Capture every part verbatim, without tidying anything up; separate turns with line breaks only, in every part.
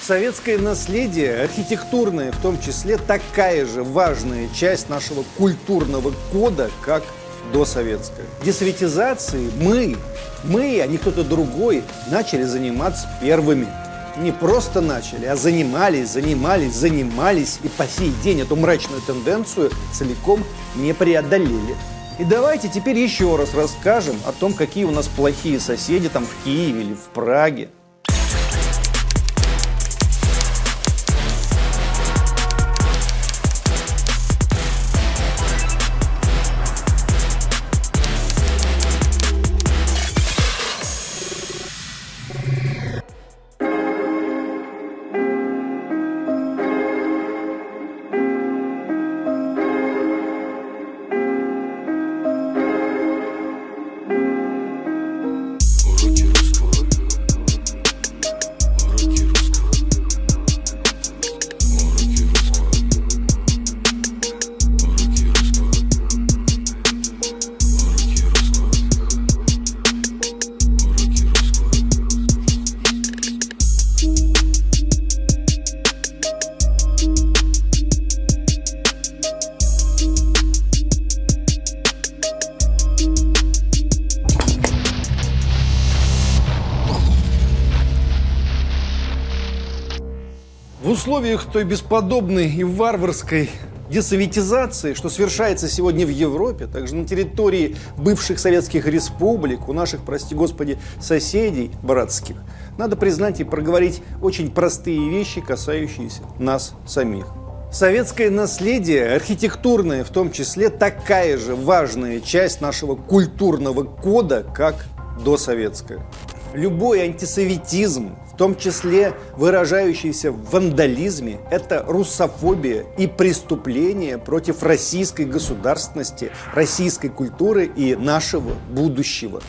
Советское наследие, архитектурное в том числе, такая же важная часть нашего культурного кода, как досоветская. Десоветизацией мы, мы, а не кто-то другой, начали заниматься первыми. Не просто начали, а занимались, занимались, занимались и по сей день эту мрачную тенденцию целиком не преодолели. И давайте теперь еще раз расскажем о том, какие у нас плохие соседи там в Киеве или в Праге. В условиях той бесподобной и варварской десоветизации, что совершается сегодня в Европе, также на территории бывших советских республик, у наших, прости господи, соседей братских, надо признать и проговорить очень простые вещи, касающиеся нас самих. Советское наследие, архитектурное в том числе, такая же важная часть нашего культурного кода, как досоветская. Любой антисоветизм, в том числе выражающийся в вандализме, это русофобия и преступление против российской государственности, российской культуры и нашего будущего.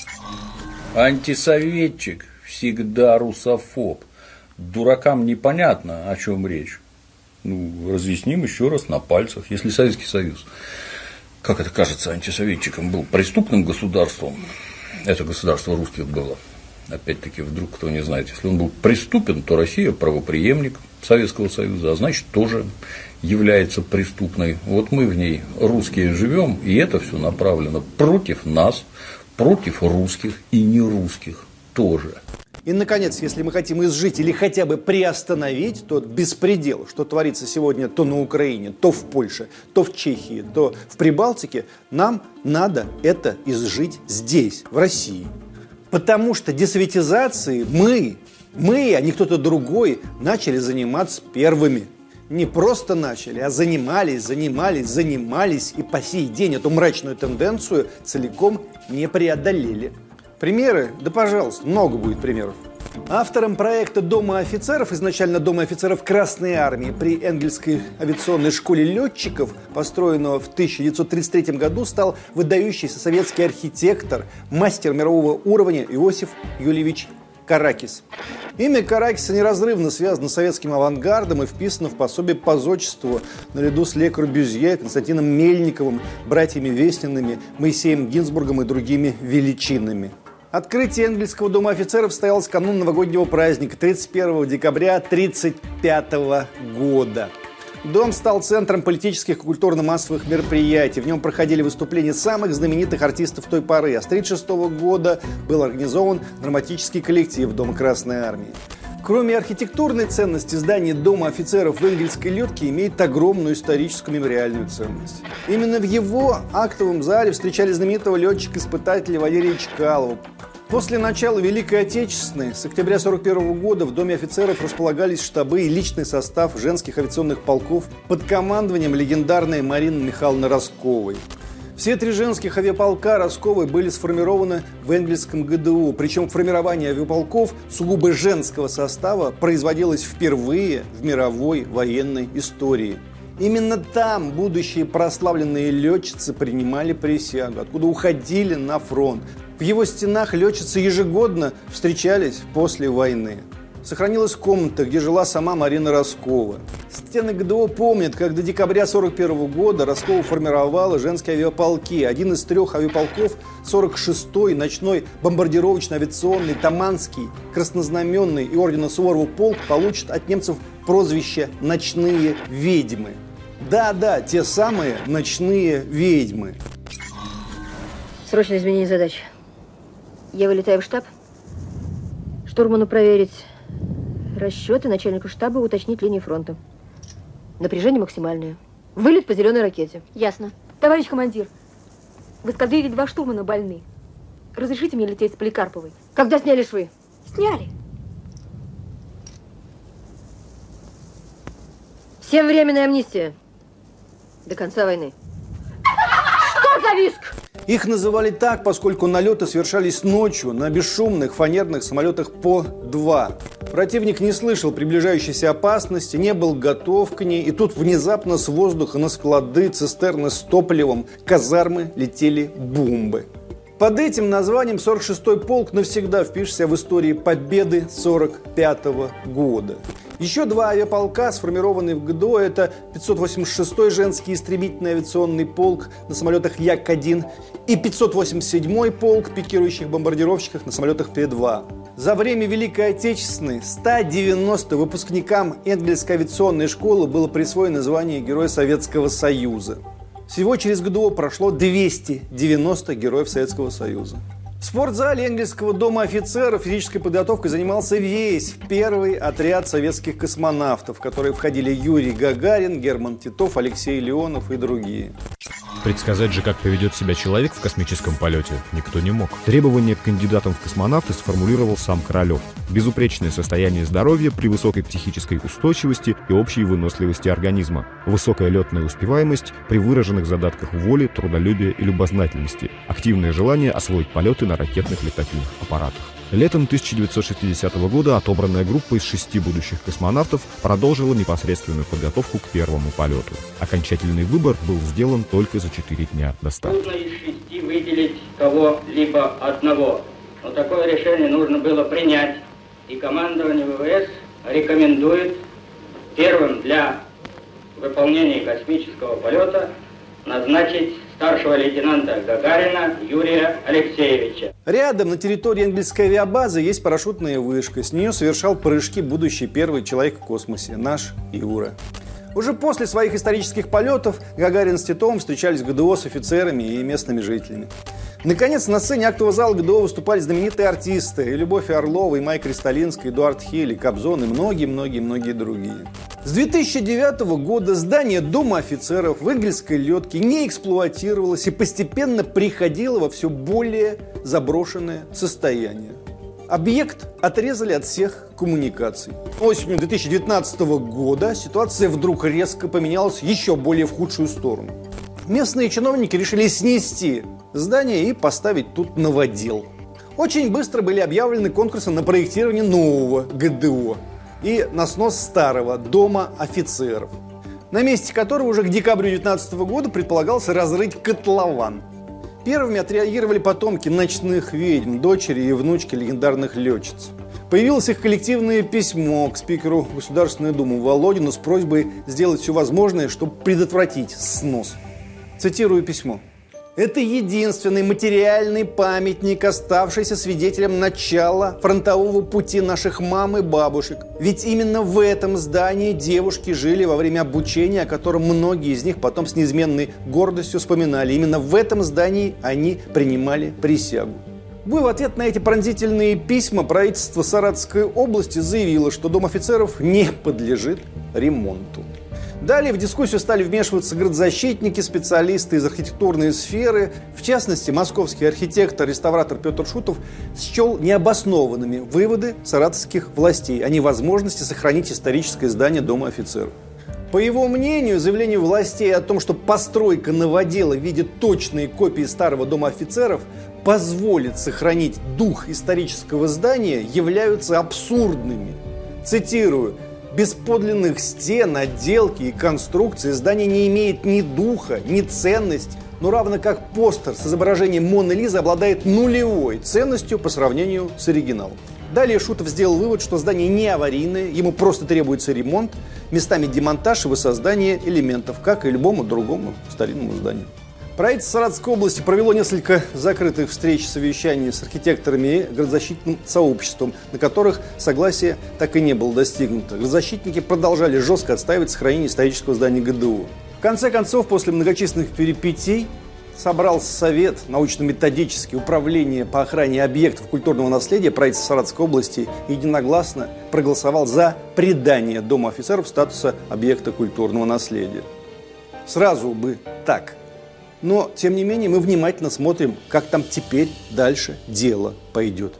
Антисоветчик всегда русофоб. Дуракам непонятно, о чем речь. Ну, разъясним еще раз на пальцах. Если Советский Союз, как это кажется, антисоветчиком был преступным государством, это государство русских было. Опять-таки, вдруг кто не знает, если он был преступен, то Россия правопреемник Советского Союза, а значит, тоже является преступной. Вот мы в ней, русские, живем, и это все направлено против нас, против русских и нерусских тоже.
И, наконец, если мы хотим изжить или хотя бы приостановить тот беспредел, что творится сегодня то на Украине, то в Польше, то в Чехии, то в Прибалтике, нам надо это изжить здесь, в России. Потому что десоветизацией мы, мы, а не кто-то другой, начали заниматься первыми. Не просто начали, а занимались, занимались, занимались и по сей день эту мрачную тенденцию целиком не преодолели. Примеры? Да, пожалуйста, много будет примеров. Автором проекта Дома офицеров, изначально Дома офицеров Красной Армии при Энгельской авиационной школе летчиков, построенного в тысяча девятьсот тридцать третьем году, стал выдающийся советский архитектор, мастер мирового уровня Иосиф Юльевич Каракис. Имя Каракиса неразрывно связано с советским авангардом и вписано в пособие по зодчеству наряду с Ле Корбюзье, Константином Мельниковым, братьями Весниными, Моисеем Гинзбургом и другими величинами. Открытие Энгельского дома офицеров состоялось в канун новогоднего праздника тридцать первого декабря тысяча девятьсот тридцать пятого года. Дом стал центром политических и культурно-массовых мероприятий. В нем проходили выступления самых знаменитых артистов той поры. А с тысяча девятьсот тридцать шестого года был организован драматический коллектив Дома Красной Армии. Кроме архитектурной ценности, здание Дома офицеров в Энгельской Летке имеет огромную историческую мемориальную ценность. Именно в его актовом зале встречали знаменитого летчика-испытателя Валерия Чкалова. После начала Великой Отечественной с октября сорок первого года в Доме офицеров располагались штабы и личный состав женских авиационных полков под командованием легендарной Марины Михайловны Росковой. Все три женских авиаполка Росковой были сформированы в Энгельском ГДУ, причем формирование авиаполков сугубо женского состава производилось впервые в мировой военной истории. Именно там будущие прославленные летчицы принимали присягу, откуда уходили на фронт. В его стенах летчицы ежегодно встречались после войны. сохранилась комната, где жила сама Марина Роскова. Стены ГДО помнят, как до декабря сорок первого года Роскова формировала женские авиаполки. Один из трех авиаполков, сорок шестой ночной бомбардировочно-авиационный Таманский, краснознаменный и ордена Суворова полк получит от немцев прозвище «Ночные ведьмы». Да-да, те самые ночные ведьмы.
Срочное изменение задач. Я вылетаю в штаб. Штурману проверить расчеты, начальнику штаба уточнить линию фронта. Напряжение максимальное. Вылет по зеленой ракете.
Ясно.
Товарищ командир, в эскадрилье два штурмана больны. Разрешите мне лететь с Поликарповой? Когда сняли швы?
Сняли.
Всем временная амнистия. До конца войны. Что за визг?
Их называли так, поскольку налеты совершались ночью на бесшумных фанерных самолетах По два. Противник не слышал приближающейся опасности, не был готов к ней, и тут внезапно с воздуха на склады, цистерны с топливом, казармы летели бомбы. Под этим названием сорок шестой полк навсегда впишется в истории победы сорок пятого года. Еще два авиаполка, сформированные в ГДО, это пятьсот восемьдесят шестой женский истребительный авиационный полк на самолетах Як один и пятьсот восемьдесят седьмой полк пикирующих бомбардировщиков на самолетах П два. За время Великой Отечественной ста девяноста выпускникам Энгельсской авиационной школы было присвоено звание Героя Советского Союза. Всего через ГДО прошло двести девяносто героев Советского Союза. В спортзале Энгельсского дома офицеров физической подготовкой занимался весь первый отряд советских космонавтов, в которые входили Юрий Гагарин, Герман Титов, Алексей Леонов и другие.
Предсказать же, как поведет себя человек в космическом полете, никто не мог. Требования к кандидатам в космонавты сформулировал сам Королев. Безупречное состояние здоровья при высокой психической устойчивости и общей выносливости организма. Высокая летная успеваемость при выраженных задатках воли, трудолюбия и любознательности. Активное желание освоить полеты на ракетных летательных аппаратах. Летом тысяча девятьсот шестидесятого года отобранная группа из шести будущих космонавтов продолжила непосредственную подготовку к первому полету. Окончательный выбор был сделан только за четыре дня до старта.
Трудно из шести выделить кого-либо одного, но такое решение нужно было принять, и командование ВВС рекомендует первым для выполнения космического полета назначить старшего лейтенанта Гагарина Юрия Алексеевича.
Рядом на территории Энгельсской авиабазы есть парашютная вышка. С нее совершал прыжки будущий первый человек в космосе, наш Юра. Уже после своих исторических полетов Гагарин с Титовым встречались в ГДО с офицерами и местными жителями. Наконец, на сцене актового зала ГДО выступали знаменитые артисты: и Любовь Орлова, и Майя Кристалинская, Эдуард Хель, и Кобзон, и многие-многие-многие другие. С две тысячи девятого года здание Дома офицеров в Энгельсской летке не эксплуатировалось и постепенно приходило во все более заброшенное состояние. Объект отрезали от всех коммуникаций. Осенью две тысячи девятнадцатого года ситуация вдруг резко поменялась еще более в худшую сторону. Местные чиновники решили снести здание и поставить тут новодел. Очень быстро были объявлены конкурсы на проектирование нового ГДО и на снос старого Дома офицеров, на месте которого уже к декабрю две тысячи девятнадцатого года предполагался разрыть котлован. Первыми отреагировали потомки ночных ведьм, дочери и внучки легендарных летчиц. Появилось их коллективное письмо к спикеру Государственной Думы Володину с просьбой сделать все возможное, чтобы предотвратить снос. Цитирую письмо. «Это единственный материальный памятник, оставшийся свидетелем начала фронтового пути наших мам и бабушек. Ведь именно в этом здании девушки жили во время обучения, о котором многие из них потом с неизменной гордостью вспоминали. Именно в этом здании они принимали присягу». В ответ на эти пронзительные письма правительство Саратовской области заявило, что Дом офицеров не подлежит ремонту. Далее в дискуссию стали вмешиваться градозащитники, специалисты из архитектурной сферы. В частности, московский архитектор-реставратор Петр Шутов счел необоснованными выводы саратовских властей о невозможности сохранить историческое здание Дома офицеров. По его мнению, заявление властей о том, что постройка новодела в виде точной копии старого Дома офицеров позволит сохранить дух исторического здания, являются абсурдными. Цитирую. «Без подлинных стен, отделки и конструкции здание не имеет ни духа, ни ценности, но равно как постер с изображением Моны Лизы обладает нулевой ценностью по сравнению с оригиналом». Далее Шутов сделал вывод, что здание не аварийное, ему просто требуется ремонт, местами демонтаж и воссоздание элементов, как и любому другому старинному зданию. Правительство Саратовской области провело несколько закрытых встреч, совещаний с архитекторами и градозащитным сообществом, на которых согласия так и не было достигнуто. Градозащитники продолжали жестко отстаивать сохранение исторического здания ГДУ. В конце концов, после многочисленных перипетий, собрался Совет научно-методический управления по охране объектов культурного наследия правительства Саратовской области и единогласно проголосовал за придание Дома офицеров статуса объекта культурного наследия. Сразу бы так. Но, тем не менее, мы внимательно смотрим, как там теперь дальше дело пойдет.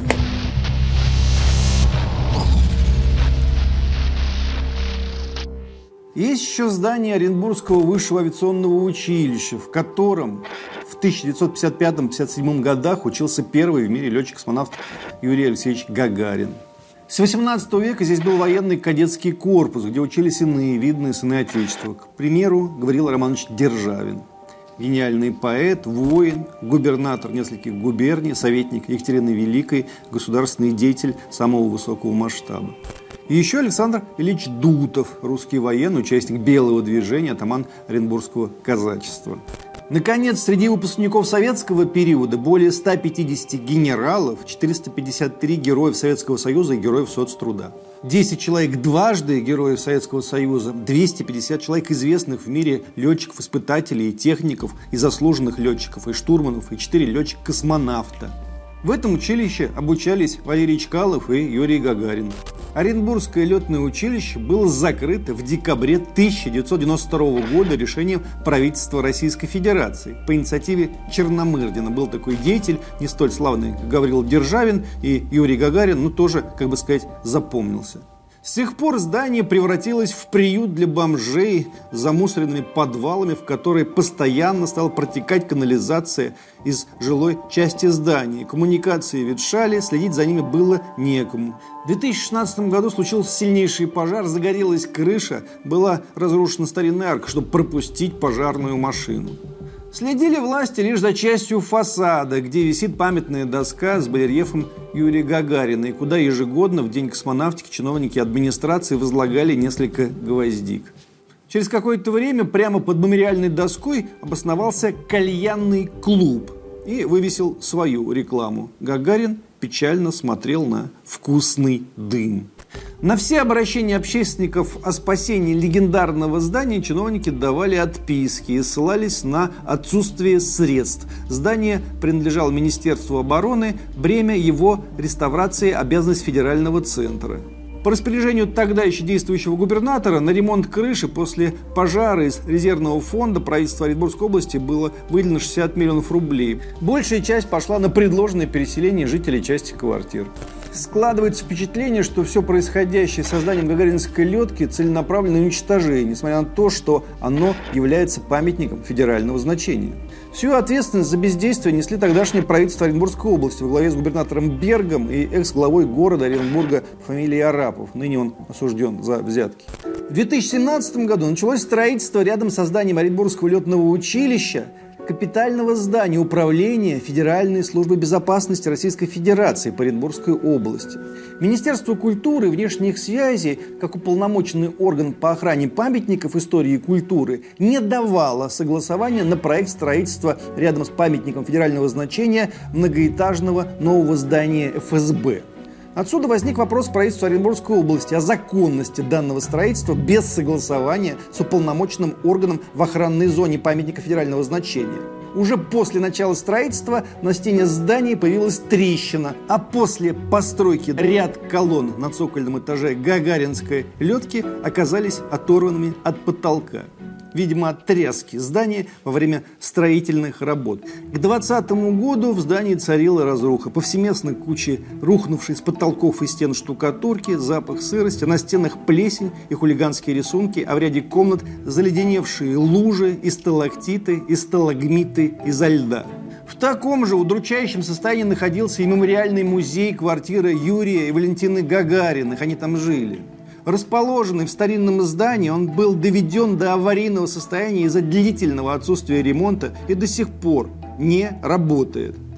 Есть еще здание Оренбургского высшего авиационного училища, в котором в тысяча девятьсот пятьдесят пятом — пятьдесят седьмом годах учился первый в мире летчик-космонавт Юрий Алексеевич Гагарин. С восемнадцатого века здесь был военный кадетский корпус, где учились иные видные сыны Отечества. К примеру, Гавриил Романович Державин. Гениальный поэт, воин, губернатор нескольких губерний, советник Екатерины Великой, государственный деятель самого высокого масштаба. И еще Александр Ильич Дутов, русский военный, участник Белого движения, атаман Оренбургского казачества. Наконец, среди выпускников советского периода более ста пятидесяти генералов, четыреста пятьдесят три героев Советского Союза и героев соцтруда. десять человек дважды героев Советского Союза, двести пятьдесят человек известных в мире летчиков, испытателей и техников, и заслуженных летчиков, и штурманов, и четыре летчика-космонавта. В этом училище обучались Валерий Чкалов и Юрий Гагарин. Оренбургское летное училище было закрыто в декабре тысяча девятьсот девяносто второго года решением правительства Российской Федерации. По инициативе Черномырдина был такой деятель, не столь славный, как Гавриил Державин, и Юрий Гагарин, ну тоже, как бы сказать, запомнился. С тех пор здание превратилось в приют для бомжей с замусоренными подвалами, в которые постоянно стала протекать канализация из жилой части здания. Коммуникации ветшали, следить за ними было некому. В две тысячи шестнадцатом году случился сильнейший пожар, загорелась крыша, была разрушена старинная арка, чтобы пропустить пожарную машину. Следили власти лишь за частью фасада, где висит памятная доска с барельефом Юрия Гагарина, и куда ежегодно в день космонавтики чиновники администрации возлагали несколько гвоздик. Через какое-то время прямо под мемориальной доской обосновался кальянный клуб и вывесил свою рекламу. Гагарин печально смотрел на вкусный дым. На все обращения общественников о спасении легендарного здания чиновники давали отписки и ссылались на отсутствие средств. Здание принадлежало Министерству обороны, бремя его реставрации — обязанность федерального центра. По распоряжению тогда еще действующего губернатора на ремонт крыши после пожара из резервного фонда правительства Оренбургской области было выделено шестьдесят миллионов рублей. Большая часть пошла на предложенное переселение жителей части квартир. Складывается впечатление, что все происходящее с созданием гагаринской летки целенаправленно уничтожение, несмотря на то, что оно является памятником федерального значения. Всю ответственность за бездействие несли тогдашнее правительство Оренбургской области во главе с губернатором Бергом и экс-главой города Оренбурга фамилией Арапов. Ныне он осужден за взятки. В две тысячи семнадцатом году началось строительство рядом с созданием Оренбургского летного училища капитального здания управления Федеральной службы безопасности Российской Федерации по Оренбургской области. Министерство культуры и внешних связей, как уполномоченный орган по охране памятников истории и культуры, не давало согласования на проект строительства рядом с памятником федерального значения многоэтажного нового здания эф эс бэ. Отсюда возник вопрос правительства Оренбургской области о законности данного строительства без согласования с уполномоченным органом в охранной зоне памятника федерального значения. Уже после начала строительства на стене здания появилась трещина, а после постройки ряд колонн на цокольном этаже гагаринской летки оказались оторванными от потолка. Видимо, от тряски здания во время строительных работ. К двадцатому году в здании царила разруха. Повсеместно куча рухнувшей с потолков и стен штукатурки, запах сырости, на стенах плесень и хулиганские рисунки, а в ряде комнат заледеневшие лужи и сталактиты, и сталагмиты изо льда. В таком же удручающем состоянии находился и мемориальный музей, квартира Юрия и Валентины Гагариных. Они там жили. Расположенный в старинном здании, он был доведен до аварийного состояния из-за длительного отсутствия ремонта и до сих пор не работает.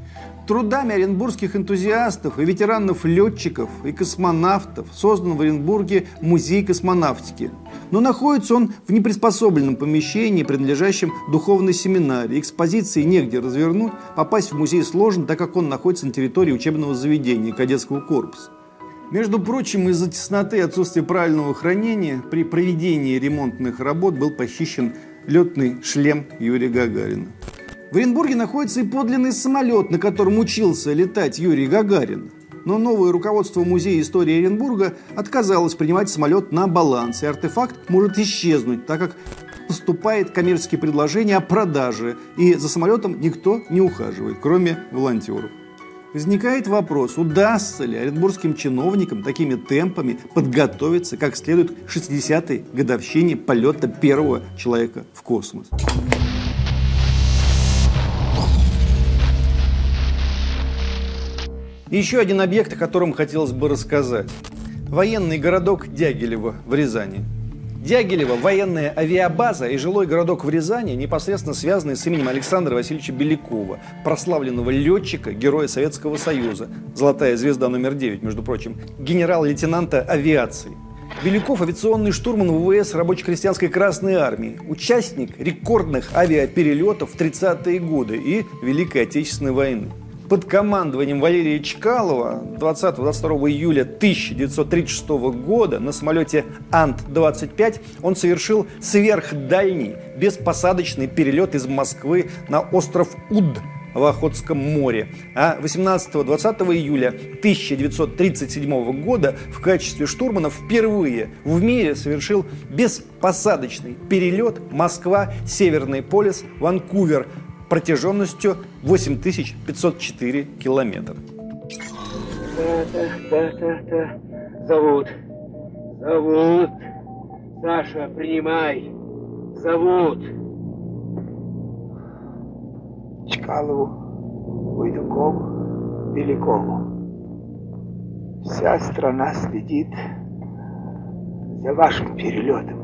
Трудами оренбургских энтузиастов и ветеранов-летчиков и космонавтов создан в Оренбурге музей космонавтики. Но находится он в неприспособленном помещении, принадлежащем духовной семинарии. Экспозиции негде развернуть, попасть в музей сложно, так как он находится на территории учебного заведения, кадетского корпуса. Между прочим, из-за тесноты и отсутствия правильного хранения при проведении ремонтных работ был похищен летный шлем Юрия Гагарина. В Оренбурге находится и подлинный самолет, на котором учился летать Юрий Гагарин. Но новое руководство Музея истории Оренбурга отказалось принимать самолет на баланс, и артефакт может исчезнуть, так как поступает коммерческие предложения о продаже, и за самолетом никто не ухаживает, кроме волонтеров. Возникает вопрос, удастся ли оренбургским чиновникам такими темпами подготовиться как следует к шестидесятой годовщине полета первого человека в космос. Еще один объект, о котором хотелось бы рассказать. Военный городок Дягилево в Рязани. Дягилево – военная авиабаза и жилой городок в Рязани, непосредственно связанный с именем Александра Васильевича Белякова, прославленного летчика, героя Советского Союза, золотая звезда номер девять, между прочим, генерал-лейтенанта авиации. Беляков – авиационный штурман ВВС рабоче-крестьянской Красной Армии, участник рекордных авиаперелетов в тридцатые годы и Великой Отечественной войны. Под командованием Валерия Чкалова двадцатого-двадцать второго июля тысяча девятьсот тридцать шестого года на самолете Ан двадцать пять он совершил сверхдальний беспосадочный перелет из Москвы на остров Уд в Охотском море. А восемнадцатого-двадцатого июля тысяча девятьсот тридцать седьмого года в качестве штурмана впервые в мире совершил беспосадочный перелет Москва-Северный полюс, Ванкувер, протяженностью восемь тысяч пятьсот четыре километра.
Да, да, да, да, да. Зовут. Зовут. Саша, принимай. Зовут.
Чкалову, Войдукову, Белякову. Вся страна следит за вашим перелетом.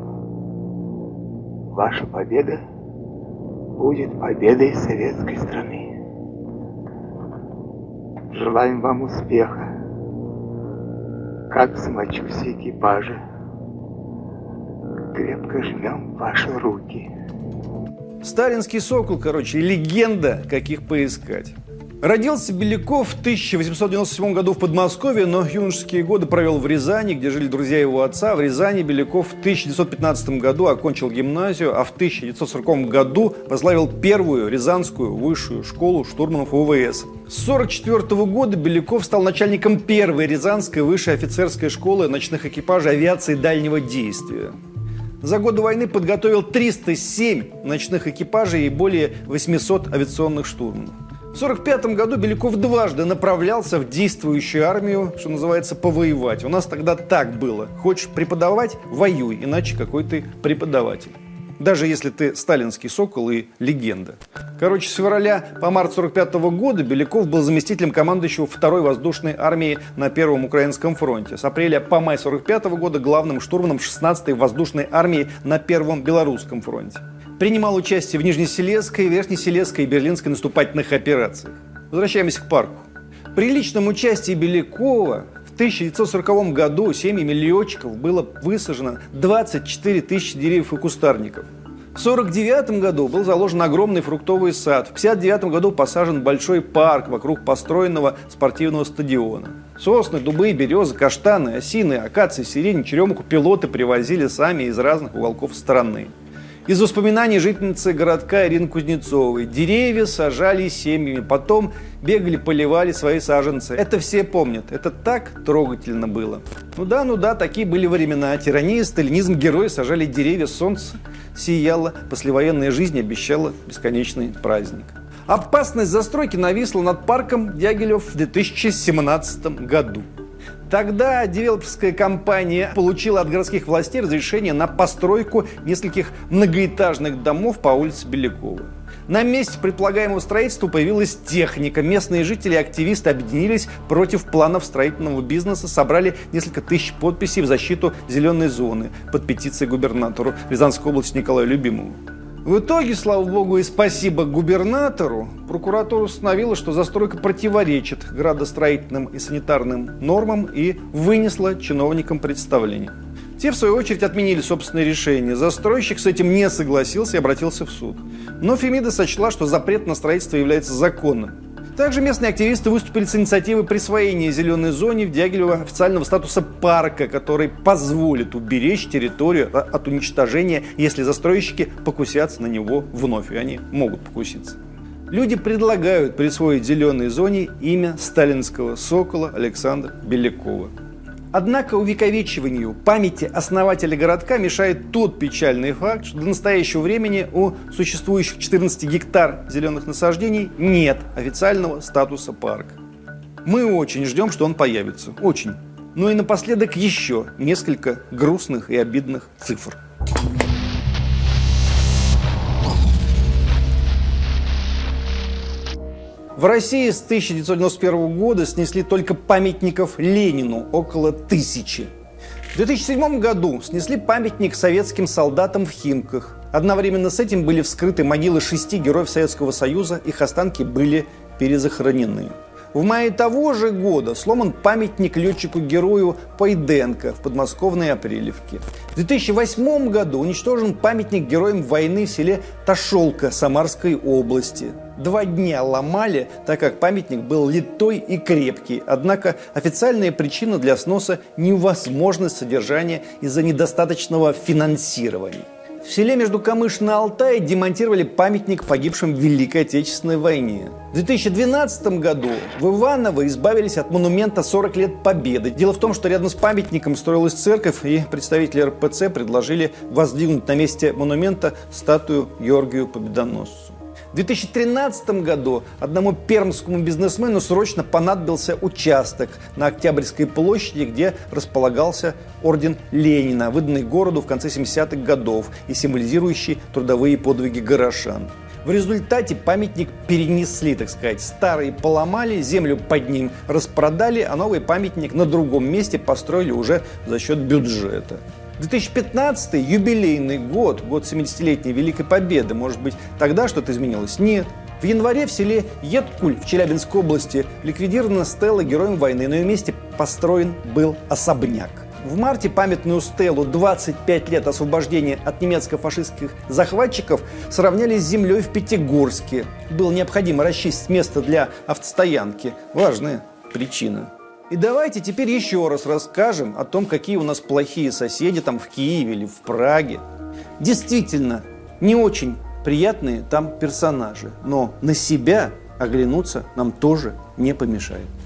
Ваша победа будет победой советской страны. Желаем вам успеха, как в самочувствии экипажа. Крепко жмем ваши руки.
Сталинский сокол, короче, легенда, каких поискать. Родился Беляков в тысяча восемьсот девяносто седьмом году в Подмосковье, но юношеские годы провел в Рязани, где жили друзья его отца. В Рязани Беляков в тысяча девятьсот пятнадцатом году окончил гимназию, а в тысяча девятьсот сороковом году возглавил первую Рязанскую высшую школу штурманов ВВС. С тысяча девятьсот сорок четвёртого года Беляков стал начальником первой Рязанской высшей офицерской школы ночных экипажей авиации дальнего действия. За годы войны подготовил триста семь ночных экипажей и более восьмисот авиационных штурманов. В сорок пятом году Беляков дважды направлялся в действующую армию, что называется, повоевать. У нас тогда так было. Хочешь преподавать – воюй, иначе какой ты преподаватель. Даже если ты сталинский сокол и легенда. Короче, с февраля по март сорок пятого года Беляков был заместителем командующего второй воздушной армии на Первом Украинском фронте. С апреля по май сорок пятого года главным штурманом шестнадцатой воздушной армии на Первом Белорусском фронте. Принимал участие в Нижнесилезской, Верхнесилезской и Берлинской наступательных операциях. Возвращаемся к парку. При личном участии Белякова в тысяча девятьсот сороковом году семьями летчиков было высажено двадцать четыре тысячи деревьев и кустарников. В сорок девятом году был заложен огромный фруктовый сад. В пятьдесят девятом году посажен большой парк вокруг построенного спортивного стадиона. Сосны, дубы, березы, каштаны, осины, акации, сирень, черемуху пилоты привозили сами из разных уголков страны. Из воспоминаний жительницы городка Ирины Кузнецовой. Деревья сажали семьями, потом бегали, поливали свои саженцы. Это все помнят. Это так трогательно было. Ну да, ну да, такие были времена. Тирания, сталинизм, герои сажали деревья, солнце сияло, послевоенная жизнь обещала бесконечный праздник. Опасность застройки нависла над парком Дягилев в две тысячи семнадцатом году. Тогда девелоперская компания получила от городских властей разрешение на постройку нескольких многоэтажных домов по улице Белякова. На месте предполагаемого строительства появилась техника. Местные жители и активисты объединились против планов строительного бизнеса, собрали несколько тысяч подписей в защиту зеленой зоны под петицией губернатору Рязанской области Николаю Любимову. В итоге, слава богу и спасибо губернатору, прокуратура установила, что застройка противоречит градостроительным и санитарным нормам и вынесла чиновникам представление. Те, в свою очередь, отменили собственное решение. Застройщик с этим не согласился и обратился в суд. Но Фемида сочла, что запрет на строительство является законным. Также местные активисты выступили с инициативой присвоения зеленой зоне в Дягилево официального статуса парка, который позволит уберечь территорию от уничтожения, если застройщики покусятся на него вновь, и они могут покуситься. Люди предлагают присвоить зеленой зоне имя сталинского сокола Александра Белякова. Однако увековечиванию памяти основателя городка мешает тот печальный факт, что до настоящего времени у существующих четырнадцати гектар зеленых насаждений нет официального статуса парка. Мы очень ждем, что он появится. Очень. Ну и напоследок еще несколько грустных и обидных цифр. В России с тысяча девятьсот девяносто первого года снесли только памятников Ленину, около тысячи. В две тысячи седьмом году снесли памятник советским солдатам в Химках. Одновременно с этим были вскрыты могилы шести героев Советского Союза, их останки были перезахоронены. В мае того же года сломан памятник летчику-герою Пайденко в подмосковной Апрелевке. В две тысячи восьмом году уничтожен памятник героям войны в селе Ташолка Самарской области. Два дня ломали, так как памятник был литой и крепкий. Однако официальная причина для сноса – невозможность содержания из-за недостаточного финансирования. В селе между Камышин и Алтай демонтировали памятник погибшим в Великой Отечественной войне. В две тысячи двенадцатом году в Иваново избавились от монумента сорок лет Победы. Дело в том, что рядом с памятником строилась церковь, и представители эр пэ цэ предложили воздвигнуть на месте монумента статую Георгию Победоносцу. В две тысячи тринадцатом году одному пермскому бизнесмену срочно понадобился участок на Октябрьской площади, где располагался орден Ленина, выданный городу в конце семидесятых годов и символизирующий трудовые подвиги горожан. В результате памятник перенесли, так сказать, старый поломали, землю под ним распродали, а новый памятник на другом месте построили уже за счет бюджета. две тысячи пятнадцатый – юбилейный год, год семидесятилетней Великой Победы. Может быть, тогда что-то изменилось? Нет. В январе в селе Едкуль в Челябинской области ликвидирована стела героям войны. На ее месте построен был особняк. В марте памятную стелу «двадцать пять лет освобождения от немецко-фашистских захватчиков» сравняли с землей в Пятигорске. Было необходимо расчистить место для автостоянки. Важная причина. И давайте теперь еще раз расскажем о том, какие у нас плохие соседи там в Киеве или в Праге. Действительно, не очень приятные там персонажи, но на себя оглянуться нам тоже не помешает.